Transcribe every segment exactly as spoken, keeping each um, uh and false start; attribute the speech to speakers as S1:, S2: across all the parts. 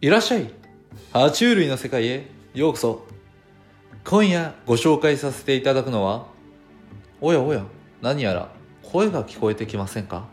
S1: いらっしゃい。爬虫類の世界へようこそ。今夜ご紹介させていただくのは、おやおや、何やら声が聞こえてきませんか？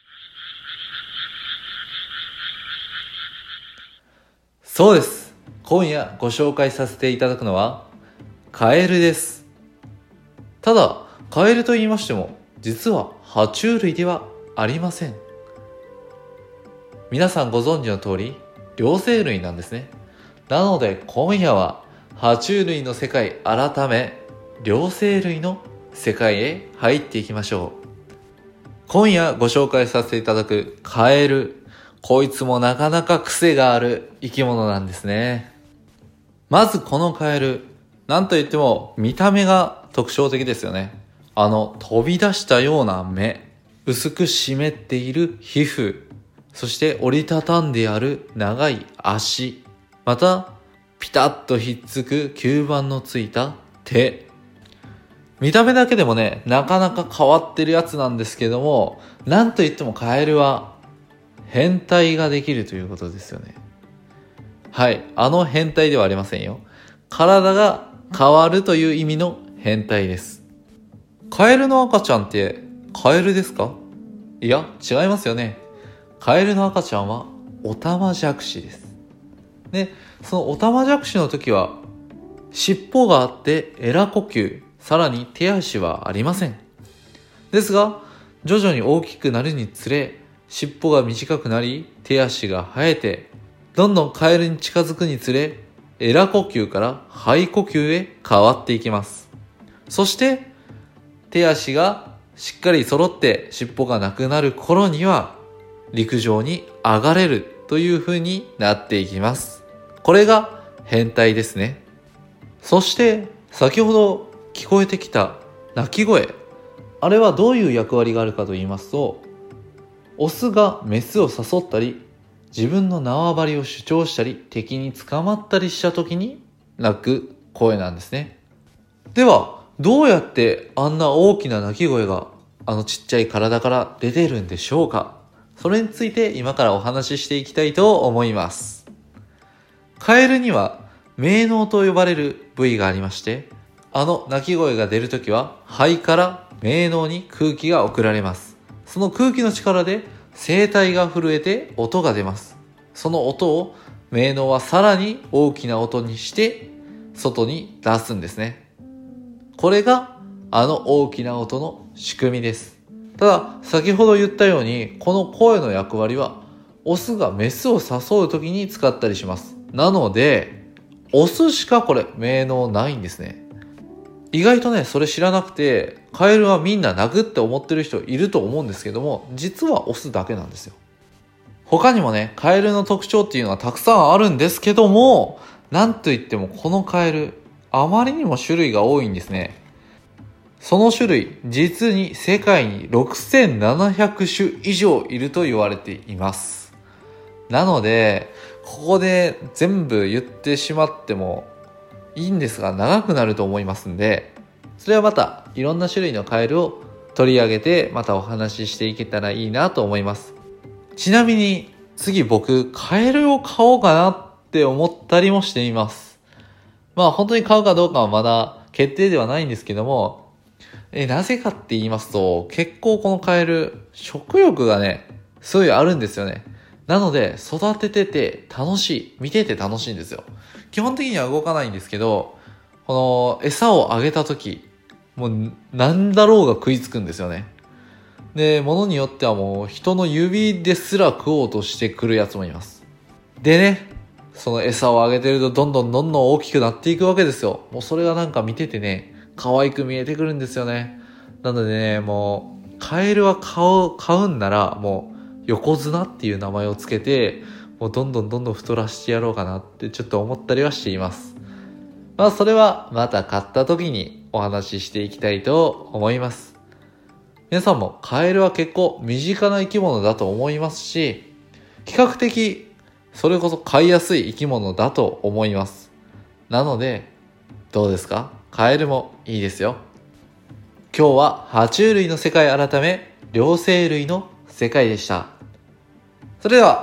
S1: そうです。今夜ご紹介させていただくのは、カエルです。ただ、カエルと言いましても、実は爬虫類ではありません。皆さんご存知の通り、両生類なんですね。なので今夜は爬虫類の世界改め両生類の世界へ入っていきましょう。今夜ご紹介させていただくカエル、こいつもなかなか癖がある生き物なんですね。まずこのカエル、なんといっても見た目が特徴的ですよね。あの飛び出したような目、薄く湿っている皮膚、そして折りたたんである長い足、またピタッとひっつく吸盤のついた手。見た目だけでもね、なかなか変わってるやつなんですけども、なんといってもカエルは変態ができるということですよね。はい、あの変態ではありませんよ。体が変わるという意味の変態です。カエルの赤ちゃんってカエルですか？いや、違いますよね。カエルの赤ちゃんはオタマジャクシです。で、そのオタマジャクシの時は尻尾があってエラ呼吸、さらに手足はありません。ですが、徐々に大きくなるにつれ、尻尾が短くなり、手足が生えて、どんどんカエルに近づくにつれ、エラ呼吸から肺呼吸へ変わっていきます。そして、手足がしっかり揃って尻尾がなくなる頃には、陸上に上がれるという風になっていきます。これが変態ですね。そして先ほど聞こえてきた鳴き声、あれはどういう役割があるかと言いますと、オスがメスを誘ったり、自分の縄張りを主張したり、敵に捕まったりした時に鳴く声なんですね。ではどうやってあんな大きな鳴き声があのちっちゃい体から出てるんでしょうか？それについて今からお話ししていきたいと思います。カエルには鳴嚢と呼ばれる部位がありまして、あの鳴き声が出るときは肺から鳴嚢に空気が送られます。その空気の力で声帯が震えて音が出ます。その音を鳴嚢はさらに大きな音にして外に出すんですね。これがあの大きな音の仕組みです。ただ先ほど言ったように、この声の役割はオスがメスを誘う時に使ったりします。なのでオスしかこれ鳴嚢ないんですね。意外とね、それ知らなくて、カエルはみんな鳴くって思ってる人いると思うんですけども、実はオスだけなんですよ。他にもね、カエルの特徴っていうのはたくさんあるんですけども、なんといってもこのカエルあまりにも種類が多いんですね。その種類、実に世界にろくせんななひゃくしゅ以上いると言われています。なので、ここで全部言ってしまってもいいんですが、長くなると思いますんで、それはまたいろんな種類のカエルを取り上げて、またお話ししていけたらいいなと思います。ちなみに、次僕、カエルを買おうかなって思ったりもしています。まあ本当に買うかどうかはまだ決定ではないんですけども、え、なぜかって言いますと、結構このカエル、食欲がね、すごいあるんですよね。なので、育ててて楽しい。見てて楽しいんですよ。基本的には動かないんですけど、この餌をあげた時、もう何だろうが食いつくんですよね。で、物によってはもう人の指ですら食おうとしてくるやつもいます。でね、その餌をあげてるとどんどんどんどん大きくなっていくわけですよ。もうそれがなんか見ててね、可愛く見えてくるんですよね。なのでね、もうカエルは買う買うんならもう横綱っていう名前をつけて、もうどんどんどんどん太らしてやろうかなってちょっと思ったりはしています。まあそれはまた買った時にお話ししていきたいと思います。皆さんもカエルは結構身近な生き物だと思いますし、比較的それこそ飼いやすい生き物だと思います。なのでどうですか？カエルもいいですよ。今日は爬虫類の世界改め両生類の世界でした。それでは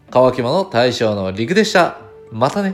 S1: 乾き物大将のりくでした。またね。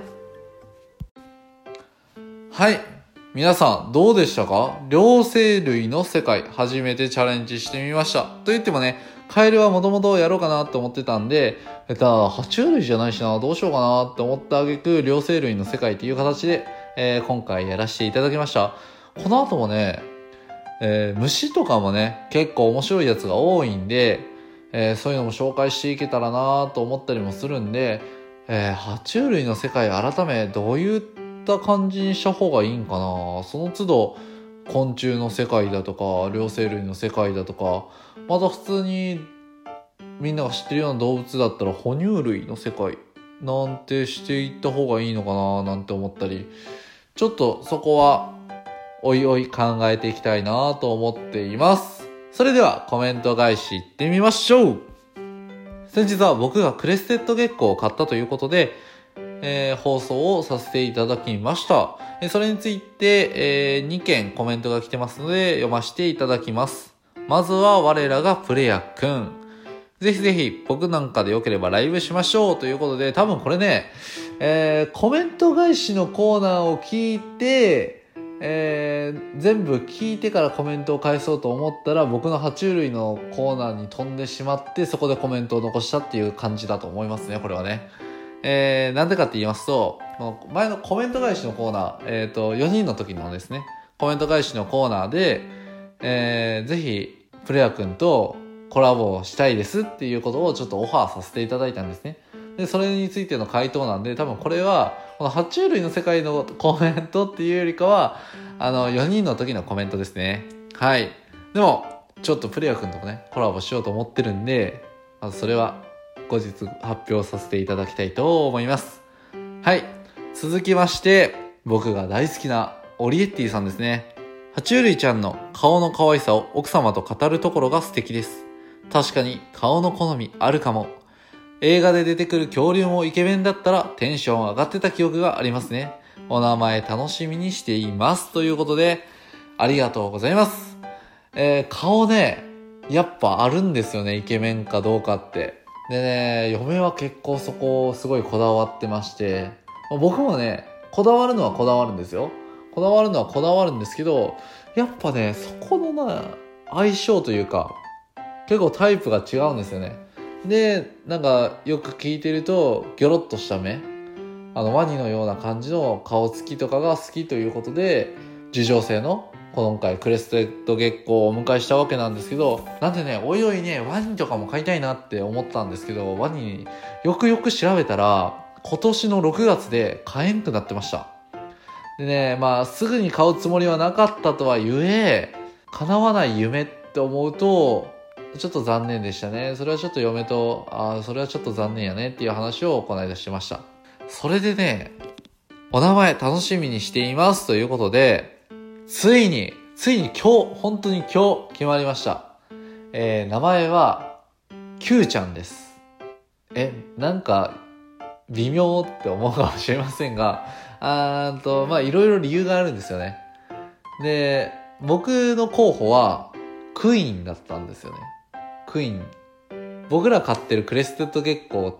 S1: はい。皆さんどうでしたか？両生類の世界初めてチャレンジしてみました。と言ってもね、カエルはもともとやろうかなと思ってたんで、えっと、爬虫類じゃないしな、どうしようかなって思った挙句、両生類の世界っていう形で、えー、今回やらせていただきました。この後もね、えー、虫とかもね、結構面白いやつが多いんで、えー、そういうのも紹介していけたらなと思ったりもするんで、えー、爬虫類の世界改めどういった感じにした方がいいんかな。その都度昆虫の世界だとか両生類の世界だとか、また普通にみんなが知ってるような動物だったら哺乳類の世界なんてしていった方がいいのかななんて思ったり、ちょっとそこはおいおい考えていきたいなと思っています。それではコメント返しいってみましょう。先日は僕がクレステッドゲッコを買ったということで、えー、放送をさせていただきました。それについて、えー、にけんコメントが来てますので読ませていただきます。まずは我らがプレヤくん。ぜひぜひ僕なんかで良ければライブしましょうということで、多分これね、えー、コメント返しのコーナーを聞いて、えー、全部聞いてからコメントを返そうと思ったら僕の爬虫類のコーナーに飛んでしまって、そこでコメントを残したっていう感じだと思いますね、これはね。えー、なんでかって言いますと、前のコメント返しのコーナー、えっと、よにんの時のですね、コメント返しのコーナーで、えー、ぜひプレア君とコラボしたいですっていうことをちょっとオファーさせていただいたんですね。で、それについての回答なんで、多分これは、この爬虫類の世界のコメントっていうよりかは、あの、よにんの時のコメントですね。はい。でも、ちょっとプレア君ともね、コラボしようと思ってるんで、まずそれは後日発表させていただきたいと思います。はい。続きまして、僕が大好きなオリエッティさんですね。爬虫類ちゃんの顔の可愛さを奥様と語るところが素敵です。確かに顔の好みあるかも。映画で出てくる恐竜もイケメンだったらテンション上がってた記憶がありますね。お名前楽しみにしています。ということで、ありがとうございます。えー、顔ね、やっぱあるんですよね、イケメンかどうかって。でね、嫁は結構そこすごいこだわってまして、僕もね、こだわるのはこだわるんですよ。こだわるのはこだわるんですけど、やっぱね、そこのな、相性というか、結構タイプが違うんですよね。で、なんかよく聞いてると、ギョロッとした目、あのワニのような感じの顔つきとかが好きということで、樹状性の今回クレステッドゲッコをお迎えしたわけなんですけど、なんでね、おいおいね、ワニとかも飼いたいなって思ったんですけど、ワニよくよく調べたら今年のろくがつで飼えんくなってました。でね、まあすぐに買うつもりはなかったとはゆえ、叶わない夢って思うとちょっと残念でしたね。それはちょっと嫁と、ああ、それはちょっと残念やねっていう話をこの間してました。それでね、お名前楽しみにしていますということで、ついに、ついに今日、本当に今日決まりました。えー、名前は、Q ちゃんです。え、なんか、微妙って思うかもしれませんが、あーと、まあいろいろ理由があるんですよね。で、僕の候補は、クイーンだったんですよね。クイーン。僕ら飼ってるクレステッドゲッコーって、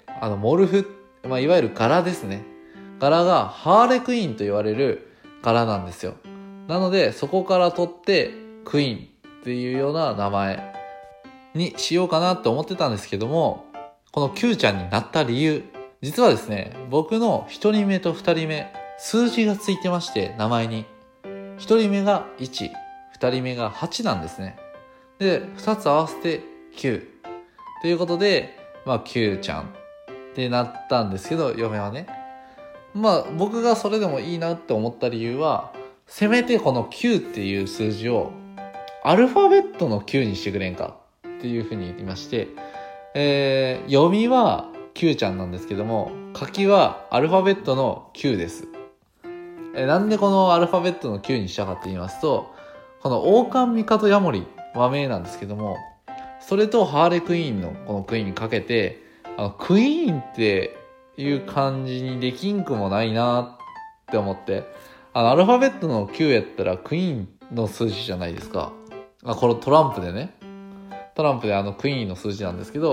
S1: あの、モルフ、まあ、いわゆる柄ですね。柄がハーレクイーンと言われる柄なんですよ。なので、そこから取って、クイーンっていうような名前にしようかなって思ってたんですけども、この Q ちゃんになった理由、実はですね、僕の一人目と二人目、数字がついてまして、名前に。一人目がいち、二人目がはちなんですね。で、二つ合わせてきゅう。ということで、まあ Q ちゃんってなったんですけど、嫁はね。まあ僕がそれでもいいなって思った理由は、せめてこのきゅうっていう数字をアルファベットのきゅうにしてくれんかっていうふうに言いまして、えー、読みは Q ちゃんなんですけども、書きはアルファベットのきゅうです。えー、なんでこのアルファベットのきゅうにしたかって言いますと、この王冠帝ヤモリ和名なんですけども、それとハーレクイーンのこのクイーンにかけて、あのクイーンっていう感じにできんくもないなって思って、あのアルファベットのきゅうやったらクイーンの数字じゃないですか。あ、これトランプでね、トランプであのクイーンの数字なんですけど、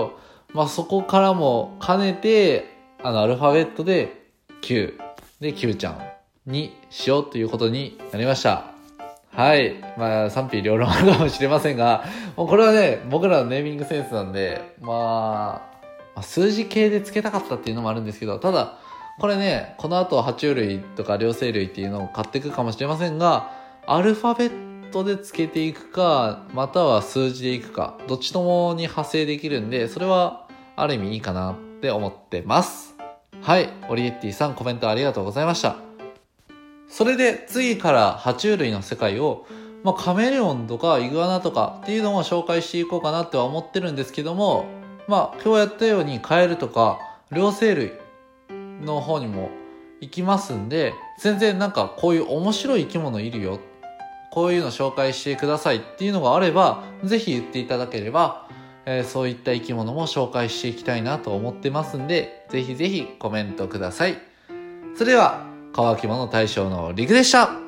S1: まあそこからも兼ねて、あのアルファベットで Q で Q ちゃんにしようということになりました。はい。まあ賛否両論あるかもしれませんが、もうこれはね、僕らのネーミングセンスなんで、まあ、数字系で付けたかったっていうのもあるんですけど、ただ、これね、この後爬虫類とか両生類っていうのを買っていくかもしれませんが、アルファベットで付けていくか、または数字でいくか、どっちともに派生できるんで、それはある意味いいかなって思ってます。はい。オリエッティさんコメントありがとうございました。それで次から爬虫類の世界を、まあ、カメレオンとかイグアナとかっていうのを紹介していこうかなっては思ってるんですけども、まあ今日やったようにカエルとか両生類の方にも行きますんで、全然なんかこういう面白い生き物いるよ、こういうの紹介してくださいっていうのがあれば、ぜひ言っていただければ、えー、そういった生き物も紹介していきたいなと思ってますんで、ぜひぜひコメントください。それでは乾き物大将のリクでした。